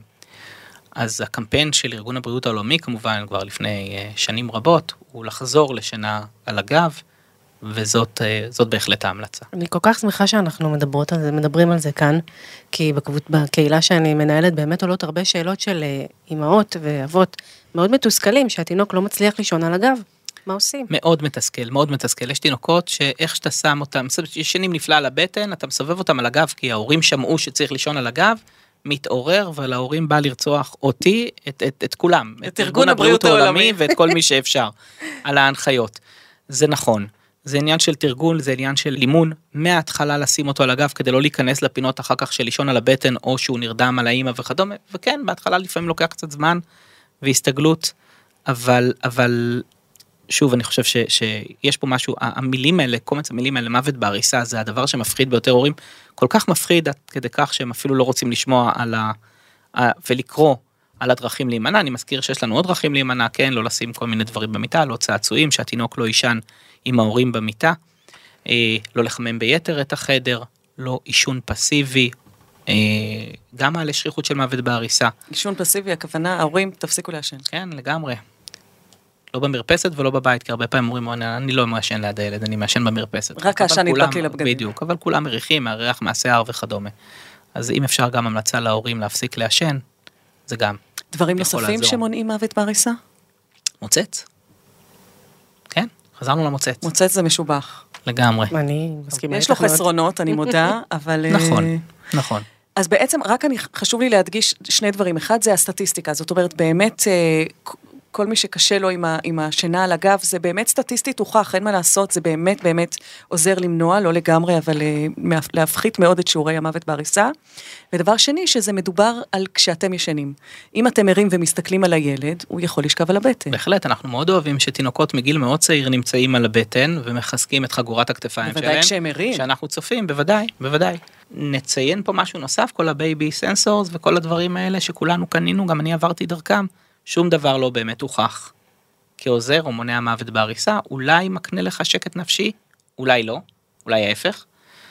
אז הקמפיין של ארגון הבריאות העולמי, כמובן כבר לפני שנים רבות, הוא לחזור לשינה על הגב, וזאת זאת בהחלט ההמלצה. אני כל כך שמחה שאנחנו מדברות על זה, מדברים על זה כאן, כי בקהילה שאני מנהלת באמת עולות הרבה שאלות של אמהות ואבות, מאוד מתוסכלים שהתינוק לא מצליח לישון על הגב. מה עושים? מאוד מתסכל, מאוד מתסכל. יש תינוקות שאיך שאתה שם אותם, ישנים נפלא על הבטן, אתה מסובב אותם על הגב, כי ההורים שמעו שצריך לישון על הגב, מתעורר, ולהורים בא לרצוח אותי, את, את, את כולם. את, את ארגון הבריאות העולמי, ואת כל מי שאפשר, על ההנחיות. זה נכון. זה עניין של תרגול, זה עניין של לימון, מההתחלה לשים אותו על הגב, כדי לא להיכנס לפינות אחר כך של לישון על הבטן, או שהוא נרדם על האמא וכדומה, וכן, בהתחלה לפעמים לוקח קצת זמן, והסתגלות, אבל, אבל, שוב, אני חושב ש, שיש פה משהו, המילים האלה, קומץ המילים האלה, מוות בעריסה, זה הדבר שמפחיד ביותר הורים, כל כך מפחיד, עד כדי כך שהם אפילו לא רוצים לשמוע על ה, ולקרוא על הדרכים להימנע. אני מזכיר שיש לנו עוד דרכים להימנע, כן, לא לשים כל מיני דברים במיטה, לא צעצועים, שהתינוק לא יישן עם ההורים במיטה, אה, לא לחמם ביתר את החדר, לא אישון פסיבי, אה, גם על השכיחות של מוות בעריסה. אישון פסיבי, הכוונה, ההורים תפסיקו לעשן. כן, לגמרי. לא במרפסת ולא בבית, כי הרבה פעמים אומרים, אני לא מעשן ליד הילד, אני מעשן במרפסת. רק העשן נדבק לי לבגדים. בדיוק, אבל כולם מריחים, מהריח, מהשיער וכדומה. אז אם אפשר גם המלצה להורים להפסיק לעשן, זה גם. דברים נוספים שמונעים מוות בעריסה? מוצץ. כן, חזרנו למוצץ. מוצץ זה משובח. לגמרי. אני מסכימה. יש לו חסרונות, אני מודה, אבל... נכון, נכון. אז בעצם רק אני, חשוב לי להדגיש שני דברים. אחד זה הסטטיסטיקה, זאת אומרת, באמת, כל מי שקשה לו עם, ה, עם השינה על הגב, זה באמת סטטיסטית הוכח, אין מה לעשות, זה באמת באמת עוזר למנוע, לא לגמרי, אבל להפחית מאוד את שיעורי המוות בעריסה. ודבר שני, שזה מדובר על כשאתם ישנים. אם אתם ערים ומסתכלים על הילד, הוא יכול לשכב על הבטן. בהחלט, אנחנו מאוד אוהבים שתינוקות מגיל מאוד צעיר נמצאים על הבטן, ומחזקים את חגורת הכתפיים שלהם. בוודאי כשהם ערים. שאנחנו צופים, בוודאי, בוודאי. נציין פה משהו נוסף, כל הבייבי סנסורס וכל הדברים האלה שכולנו קנינו, גם אני עברתי דרכם. שום דבר לא באמת הוכח כעוזר או מונע מוות בעריסה, אולי מקנה לך שקט נפשי, אולי לא, אולי ההפך,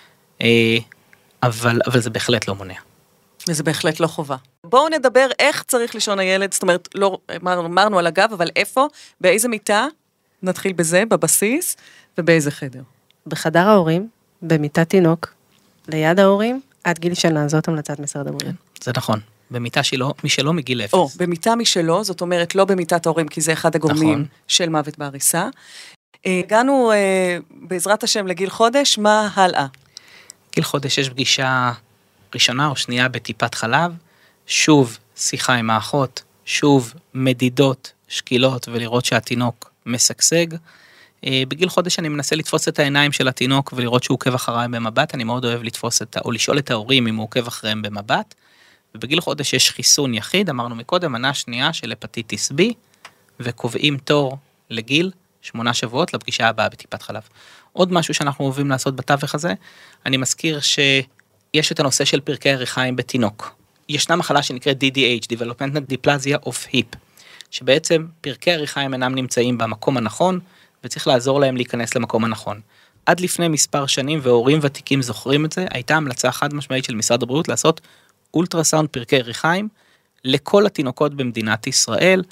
אבל, אבל זה בהחלט לא מונע. וזה בהחלט לא חובה. בואו נדבר איך צריך לישון הילד, זאת אומרת, לא, אמרנו על הגב, אבל איפה, באיזה מיטה, נתחיל בזה, בבסיס, ובאיזה חדר. בחדר ההורים, במיטת תינוק, ליד ההורים, עד גיל שנה, זאת המלצת משרד הבריאות. זה נכון. במיטה שלו, משלו מגיל אפס. או, במיטה משלו, זאת אומרת, לא במיטת ההורים, כי זה אחד הגורמים נכון. של מוות בעריסה. הגענו בעזרת השם לגיל חודש, מה הלאה? גיל חודש יש פגישה ראשונה או שנייה בטיפת חלב, שוב שיחה עם האחות, שוב מדידות, שקילות, ולראות שהתינוק משגשג. בגיל חודש אני מנסה לתפוס את העיניים של התינוק, ולראות שהוא עוקב אחריהם במבט, אני מאוד אוהב לתפוס את, או לשאול את ההורים אם הוא עוקב אחריהם במבט, ובגיל חודש יש חיסון יחיד, אמרנו מקודם, מנה שנייה של הפטיטיס בי, וקובעים תור לגיל שמונה שבועות לפגישה הבאה בטיפת חלב. עוד משהו שאנחנו אוהבים לעשות בתווך הזה, אני מזכיר שיש את הנושא של פרקי הריחיים בתינוק. ישנה מחלה שנקראת די די אייץ', Developmental Dysplasia of Hip, שבעצם פרקי הריחיים אינם נמצאים במקום הנכון, וצריך לעזור להם להיכנס למקום הנכון. עד לפני מספר שנים, והורים ותיקים זוכרים את זה, הייתה המלצה חד משמעית של משרד הבריאות לעשות אולטרסאונד פרקי ירכיים לכל התינוקות במדינת ישראל,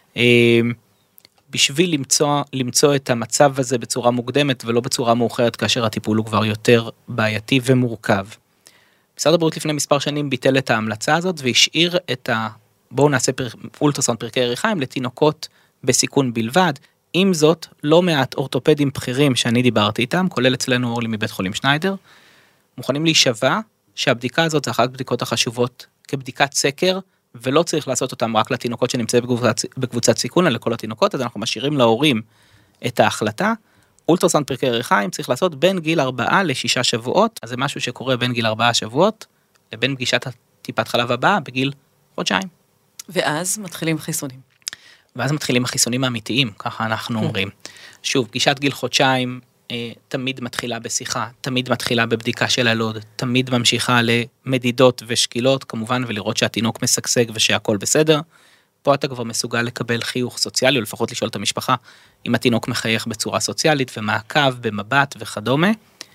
בשביל למצוא, למצוא את המצב הזה בצורה מוקדמת ולא בצורה מאוחרת, כאשר הטיפול הוא כבר יותר בעייתי ומורכב. משרד הבריאות לפני מספר שנים ביטל את ההמלצה הזאת, והשאיר את ה... בואו נעשה פר... אולטרסאונד פרקי ירכיים לתינוקות בסיכון בלבד. עם זאת, לא מעט אורתופדים בכירים שאני דיברתי איתם, כולל אצלנו אורלי מבית חולים שניידר, מוכנים להישבע שהבדיקה הזאת זה אחת הבדיקות החשובות כבדיקת סקר, ולא צריך לעשות אותם רק לתינוקות שנמצאים בקבוצת, בקבוצת סיכון, אלא לכל התינוקות, אז אנחנו משאירים להורים את ההחלטה. אולטרסאונד פרקי ירכיים צריך לעשות בין גיל ארבעה לשישה שבועות, אז זה משהו שקורה בין גיל ארבעה שבועות, לבין פגישת הטיפת חלב הבאה בגיל חודשיים. ואז מתחילים חיסונים. ואז מתחילים החיסונים האמיתיים, ככה אנחנו אומרים. שוב, פגישת גיל חודשיים אה, תמיד מתחילה בשיחה, תמיד מתחילה בבדיקה של הלוד, תמיד ממשיכה למדידות ושקילות, כמובן, ולראות שהתינוק משגשג ושהכל בסדר. פה אתה כבר מסוגל לקבל חיוך סוציאלי, או לפחות לשאול את המשפחה, אם התינוק מחייך בצורה סוציאלית, ומעקב במבט וכדומה.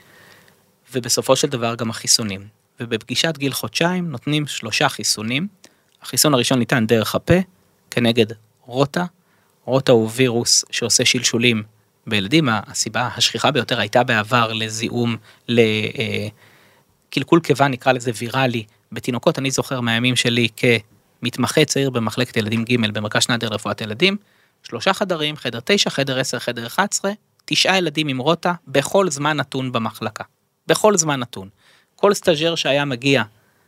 ובסופו של דבר גם החיסונים. ובפגישת גיל חודשיים נותנים שלושה חיסונים. החיסון הראשון ניתן דרך הפה, כנגד רוטה. רוטה הוא וירוס שעושה שלשולים בילדים. הסיבה השכיחה ביותר הייתה בעבר לזיהום, לקלקול קיבה, נקרא לזה ויראלי, בתינוקות. אני זוכר מהימים שלי כמתמחה צעיר במחלקת ילדים ג' במרכז שניידר לרפואת ילדים, שלושה חדרים, חדר תשע, חדר עשר, חדר אחת עשרה, תשעה ילדים עם רוטה, בכל זמן נתון במחלקה. בכל זמן נתון. כל סטאז'ר שהיה מגיע,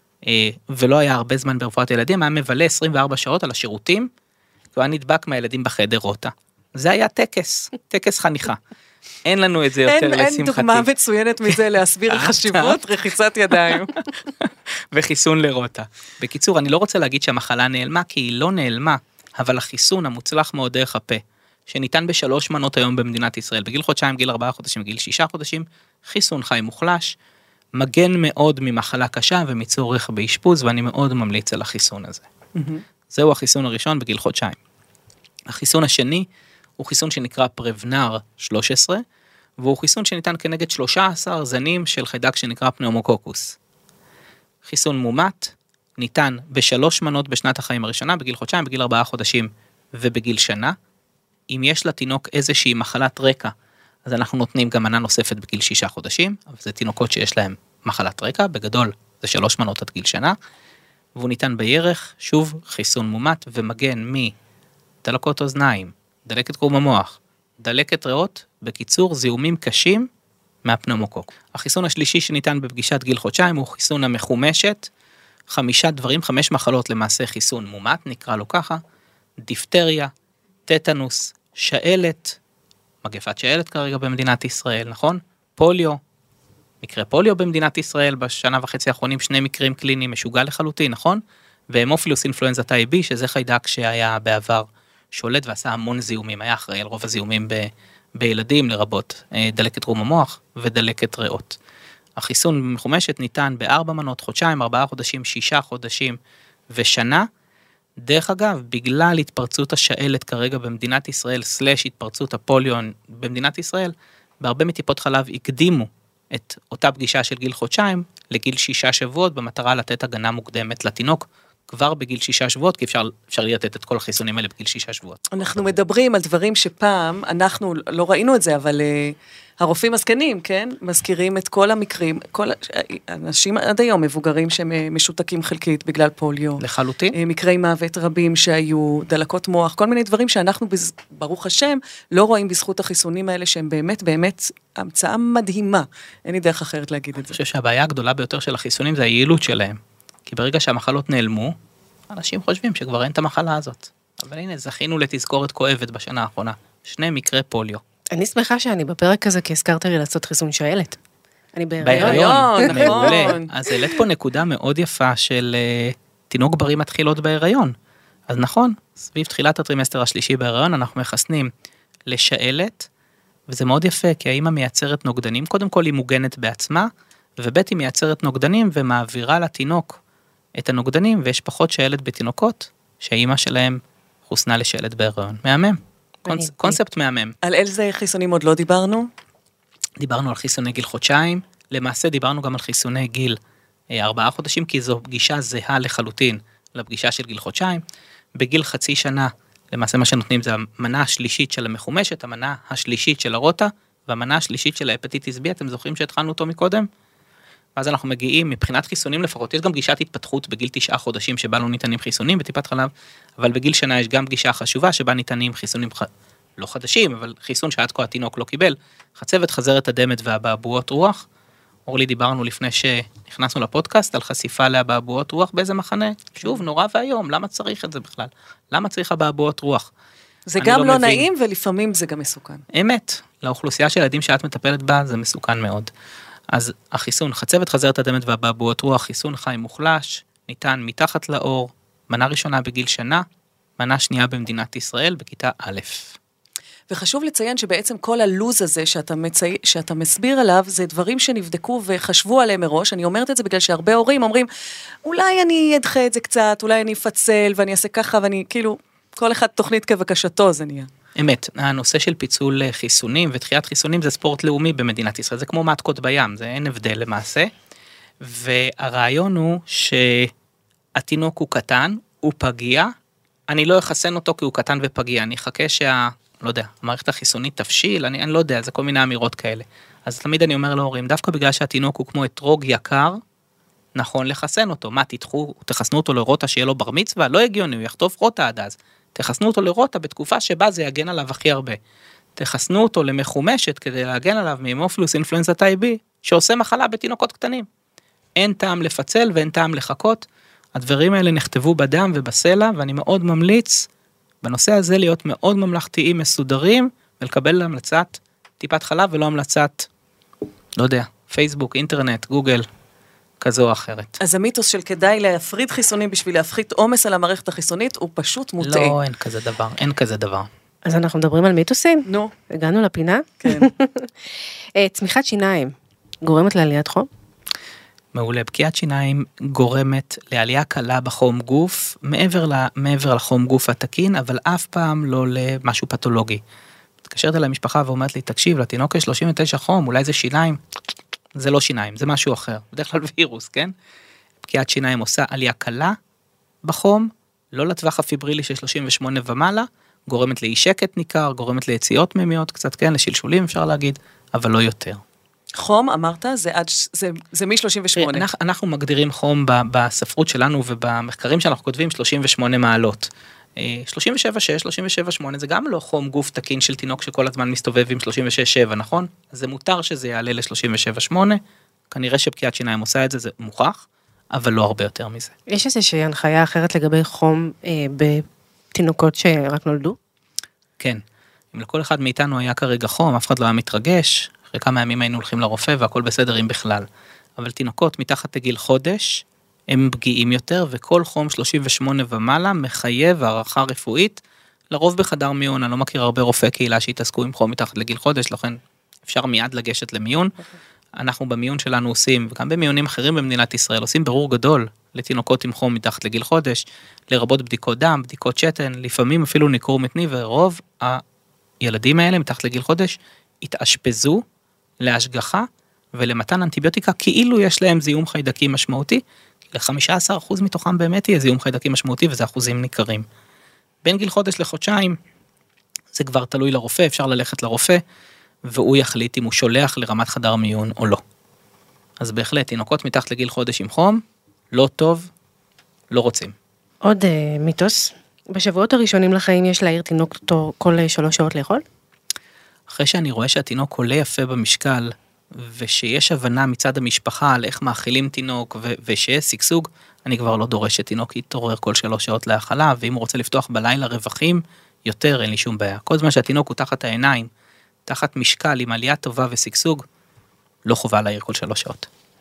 ולא היה הרבה זמן ברפואת ילדים, היה מבלה עשרים וארבע שעות על השירותים, הוא היה נדבק מהילדים בחדר רוטה. זה היה טקס, טקס חניכה. אין לנו את זה יותר אין, לשמחתי. אין דוגמה מצוינת מזה להסביר חשיבות רחיצת ידיים. וחיסון לרוטה. בקיצור, אני לא רוצה להגיד שהמחלה נעלמה, כי היא לא נעלמה, אבל החיסון המוצלח מאוד דרך הפה, שניתן בשלוש מנות היום במדינת ישראל, בגיל חודשיים, גיל ארבעה חודשים, גיל שישה חודשים, חיסון חי מוחלש, מגן מאוד ממחלה קשה ומצורך באשפוז, ואני מאוד ממליץ על החיסון הזה. זהו החיסון הראשון בגיל חודשיים. החיסון השני הוא חיסון שנקרא פרבנר שלוש עשרה, והוא חיסון שניתן כנגד שלושה עשר זנים של חיידק שנקרא פנאומוקוקוס. חיסון מומת, ניתן בשלוש מנות בשנת החיים הראשונה, בגיל חודשיים, בגיל ארבעה חודשים ובגיל שנה. אם יש לתינוק איזושהי מחלת רקע, אז אנחנו נותנים גם מנה נוספת בגיל שישה חודשים, אבל זה תינוקות שיש להם מחלת רקע, בגדול זה שלוש מנות עד גיל שנה, והוא ניתן בירך, שוב חיסון מומת ומגן מדלקות אוזניים, דלקת קרום המוח, דלקת ריאות, בקיצור זיהומים קשים מהפנאומוקוק. החיסון השלישי שניתן בפגישת גיל חודשיים הוא חיסון המחומשת, חמישה דברים, חמש מחלות למעשה חיסון מומת, נקרא לו ככה, דיפטריה, טטנוס, שאלת, מגפת שאלת כרגע במדינת ישראל, נכון? פוליו, מקרה פוליו במדינת ישראל, בשנה וחצי האחרונים שני מקרים קליניים משוגע לחלוטין, נכון? והמופילוס אינפלואנזה טייפ בי, שזה חיידק שהיה בעבר שולט ועשה המון זיהומים, היה אחראי על רוב הזיהומים ב, בילדים, לרבות דלקת קרום המוח ודלקת ריאות. החיסון מחומשת ניתן בארבע מנות, חודשיים, ארבעה חודשים, שישה חודשים ושנה. דרך אגב, בגלל התפרצות השאלת כרגע במדינת ישראל, סלש התפרצות הפוליון במדינת ישראל, בהרבה מטיפות חלב הקדימו את אותה פגישה של גיל חודשיים לגיל שישה שבועות, במטרה לתת הגנה מוקדמת לתינוק, כבר בגיל שישה שבועות, כי אפשר, אפשר לתת את כל החיסונים האלה בגיל שישה שבועות. אנחנו מדברים על דברים שפעם, אנחנו לא ראינו את זה, אבל uh, הרופאים הזקנים, כן, מזכירים את כל המקרים, כל אנשים עד היום מבוגרים שהם משותקים חלקית בגלל פוליו. לחלוטין. Uh, מקרי מוות רבים שהיו, דלקות מוח, כל מיני דברים שאנחנו, בז, ברוך השם, לא רואים בזכות החיסונים האלה, שהם באמת, באמת, המצאה מדהימה. אין לי דרך אחרת להגיד את זה. אני חושב שהבעיה הגדולה ביותר של החיסונים זה היעילות שלהם. כי ברגע שהמחלות נעלמו, אנשים חושבים שכבר אין את המחלה הזאת. אבל הנה, זכינו לתזכורת כואבת בשנה האחרונה. שני מקרי פוליו. אני שמחה שאני בפרק הזה, כי הזכרת לי לעשות חיסון שאלת. אני בהיריון. בהיריון, נכון. אז העלית פה נקודה מאוד יפה של uh, תינוק בריא מתחילות בהיריון. אז נכון, סביב תחילת הטרימסטר השלישי בהיריון, אנחנו מחסנים לשאלת, וזה מאוד יפה, כי האמא מייצרת נוגדנים, קודם כל היא מוגנת בעצמה, ובית היא מייצרת נוגדנים ומעבירה לתינוק את הנוגדנים, ויש פחות שאלת בתינוקות, שהאימא שלהם חוסנה לשאלת בהיריון. מהמם. קונס, קונספט מהמם. על איזה חיסונים עוד לא דיברנו? דיברנו על חיסוני גיל חודשיים, למעשה דיברנו גם על חיסוני גיל ארבעה חודשים, כי זו פגישה זהה לחלוטין לפגישה של גיל חודשיים. בגיל חצי שנה, למעשה מה שנותנים זה המנה השלישית של המחומשת, המנה השלישית של הרוטה, והמנה השלישית של ההפטיטיס בי, אתם זוכרים שהתחלנו אותו מקודם? ואז אנחנו מגיעים, מבחינת חיסונים לפחות, יש גם פגישת התפתחות בגיל תשעה חודשים שבה לא ניתנים חיסונים בטיפת חלב, אבל בגיל שנה יש גם פגישה חשובה שבה ניתנים חיסונים ח... לא חדשים, אבל חיסון שעד כה התינוק לא קיבל, חצבת, חזרת הדמת והבעבועות רוח. אורלי, דיברנו לפני שנכנסנו לפודקאסט על חשיפה לאבעבועות רוח באיזה מחנה. שוב, נורא והיום, למה צריך את זה בכלל? למה צריך אבעבועות רוח? זה גם לא, לא נעים ולפעמים זה גם מסוכן. אמת, לאוכלוסייה של ילדים שאת מטפלת בה זה מסוכן מאוד. אז החיסון, חצבת, חזרת הדמת והבעבועות רוח, חיסון חי מוחלש, ניתן מתחת לאור, מנה ראשונה בגיל שנה, מנה שנייה במדינת ישראל בכיתה א'. וחשוב לציין שבעצם כל הלוז הזה שאתה, מצי... שאתה מסביר עליו, זה דברים שנבדקו וחשבו עליהם מראש. אני אומרת את זה בגלל שהרבה הורים אומרים, אולי אני אדחה את זה קצת, אולי אני אפצל ואני אעשה ככה, ואני כאילו, כל אחד תוכנית כבקשתו זה נהיה. אמת, הנושא של פיצול חיסונים ודחיית חיסונים זה ספורט לאומי במדינת ישראל, זה כמו מתקות בים, זה אין הבדל למעשה. והרעיון הוא שהתינוק הוא קטן, הוא פגיע, אני לא אחסן אותו כי הוא קטן ופגיע, אני אחכה שה... לא יודע, המערכת החיסונית תפשיל, אני, אני לא יודע, זה כל מיני אמירות כאלה. אז תמיד אני אומר להורים, דווקא בגלל שהתינוק הוא כמו אתרוג יקר, נכון לחסן אותו. מה, תדחו, תחסנו אותו לרוטה שיהיה לו בר מצווה? לא הגיוני, הוא יחטוף רוטה עד אז. תחסנו אותו לרוטה בתקופה שבה זה יגן עליו הכי הרבה. תחסנו אותו למחומשת כדי להגן עליו מהמופילוס אינפלואנזה טייפ בי, שעושה מחלה בתינוקות קטנים. אין טעם לפצל ואין טעם לחכות. הדברים האלה נכתבו בדם ובסלע, ואני מאוד ממליץ בנושא הזה להיות מאוד ממלכתיים, מסודרים, ולקבל המלצת טיפת חלב, ולא המלצת, לא יודע, פייסבוק, אינטרנט, גוגל, כזו או אחרת. אז המיתוס של כדאי להפריד חיסונים בשביל להפחית עומס על המערכת החיסונית, הוא פשוט מוטעה. לא, אין כזה דבר, אין כזה דבר. אז אנחנו מדברים על מיתוסים? נו. הגענו לפינה? כן. צמיחת שיניים, גורמת לעליית חום? מעולה, פקיעת שיניים גורמת לעלייה קלה בחום גוף, מעבר, ל, מעבר לחום גוף התקין, אבל אף פעם לא למשהו פתולוגי. מתקשרת אליי משפחה ואומרת לי, תקשיב, לתינוק יש שלושים ותשע חום, אולי זה שיניים? זה לא שיניים, זה משהו אחר, בדרך כלל וירוס, כן? פקיעת שיניים עושה עלייה קלה בחום, לא לטווח הפיברילי של שלושים ושמונה ומעלה, גורמת לאי שקט ניכר, גורמת ליציאות מימיות קצת, כן, לשלשולים אפשר להגיד, אבל לא יותר. חום, אמרת, זה, עד, זה, זה מ-שלושים ושמונה. אנחנו, אנחנו מגדירים חום בספרות שלנו ובמחקרים שאנחנו כותבים שלושים ושמונה מעלות. שלושים ושבע שש, שלושים ושבע שמונה זה גם לא חום גוף תקין של תינוק שכל הזמן מסתובב עם שלושים ושש שבע, נכון? אז זה מותר שזה יעלה ל-שלושים ושבע שמונה, כנראה שפקיעת שיניים עושה את זה, זה מוכח, אבל לא הרבה יותר מזה. יש איזושהי הנחיה אחרת לגבי חום אה, בתינוקות שרק נולדו? כן, אם לכל אחד מאיתנו היה כרגע חום, אף אחד לא היה מתרגש, אחרי כמה ימים היינו הולכים לרופא והכל בסדר אם בכלל. אבל תינוקות מתחת לגיל חודש, הם פגיעים יותר, וכל חום שלושים ושמונה ומעלה מחייב הערכה רפואית, לרוב בחדר מיון, אני לא מכיר הרבה רופאי קהילה שהתעסקו עם חום מתחת לגיל חודש, לכן אפשר מיד לגשת למיון. Okay. אנחנו במיון שלנו עושים, וגם במיונים אחרים במדינת ישראל, עושים ברור גדול לתינוקות עם חום מתחת לגיל חודש, לרבות בדיקות דם, בדיקות שתן, לפעמים אפילו ניכור מתני, ורוב הילדים האלה מתחת לגיל חודש התאשפזו להשגחה ולמתן אנטיביוטיקה, כאילו יש להם זיהום חיידקי משמעותי, ל-חמישה עשר אחוז מתוכם באמת יהיה זיהום חיידקי משמעותי, וזה אחוזים ניכרים. בין גיל חודש לחודשיים, זה כבר תלוי לרופא, אפשר ללכת לרופא, והוא יחליט אם הוא שולח לרמת חדר מיון או לא. אז בהחלט, תינוקות מתחת לגיל חודש עם חום, לא טוב, לא רוצים. עוד uh, מיתוס, בשבועות הראשונים לחיים יש להעיר תינוק כל שלוש שעות לאכול? אחרי שאני רואה שהתינוק עולה יפה במשקל, ושיש הבנה מצד המשפחה על איך מאכילים תינוק, ו- ושיש סגסוג, אני כבר לא דורש שתינוק יתעורר כל שלוש שעות להאכלה, ואם הוא רוצה לפתוח בלילה רווחים, יותר אין לי שום בעיה. כל זמן שהתינוק הוא תחת העיניים, תחת משקל עם עלייה טובה וסגסוג, לא חובה להעיר כל שלוש שעות.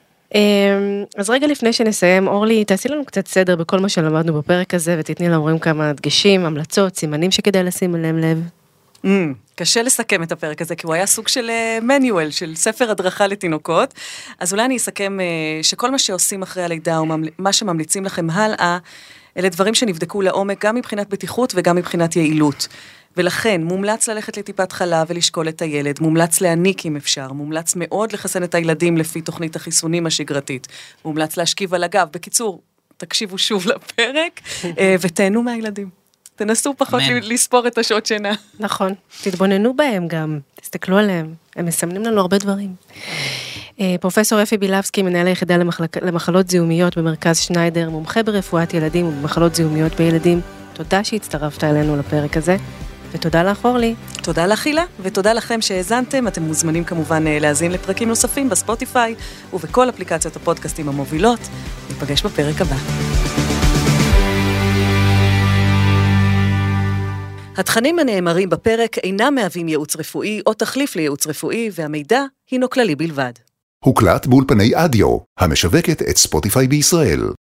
אז רגע לפני שנסיים, אורלי, תעשי לנו קצת סדר בכל מה שלמדנו בפרק הזה, ותתני להורים כמה דגשים, המלצות, סימנים שכדאי לשים עליהם לב. Mm, קשה לסכם את הפרק הזה, כי הוא היה סוג של מניואל, של ספר הדרכה לתינוקות. אז אולי אני אסכם שכל מה שעושים אחרי הלידה, או מה שממליצים לכם הלאה, אלה דברים שנבדקו לעומק, גם מבחינת בטיחות וגם מבחינת יעילות. ולכן מומלץ ללכת לטיפת חלב ולשקול את הילד, מומלץ להניק אם אפשר, מומלץ מאוד לחסן את הילדים לפי תוכנית החיסונים השגרתית, מומלץ להשכיב על הגב. בקיצור, תקשיבו שוב לפרק, ותהנו מהילדים. תנסו פחות לספור את השעות שינה. נכון, תתבוננו בהם גם, תסתכלו עליהם, הם מסמנים לנו הרבה דברים. פרופסור אפי בילבסקי, מנהל היחידה למחלות זיהומיות במרכז שניידר, מומחה ברפואת ילדים ובמחלות זיהומיות בילדים, תודה שהצטרפת אלינו לפרק הזה, ותודה לך אורלי. תודה לך הילה, ותודה לכם שהאזנתם. אתם מוזמנים כמובן להאזין לפרקים נוספים בספוטיפיי ובכל אפליקציות הפודקאסטים המובילות. ניפגש בפרק הבא. התכנים הנאמרים בפרק אינם מהווים ייעוץ רפואי או תחליף לייעוץ רפואי, והמידע הינו כללי בלבד. הוקלט באולפני אדיו, המשווקת את ספוטיפיי בישראל.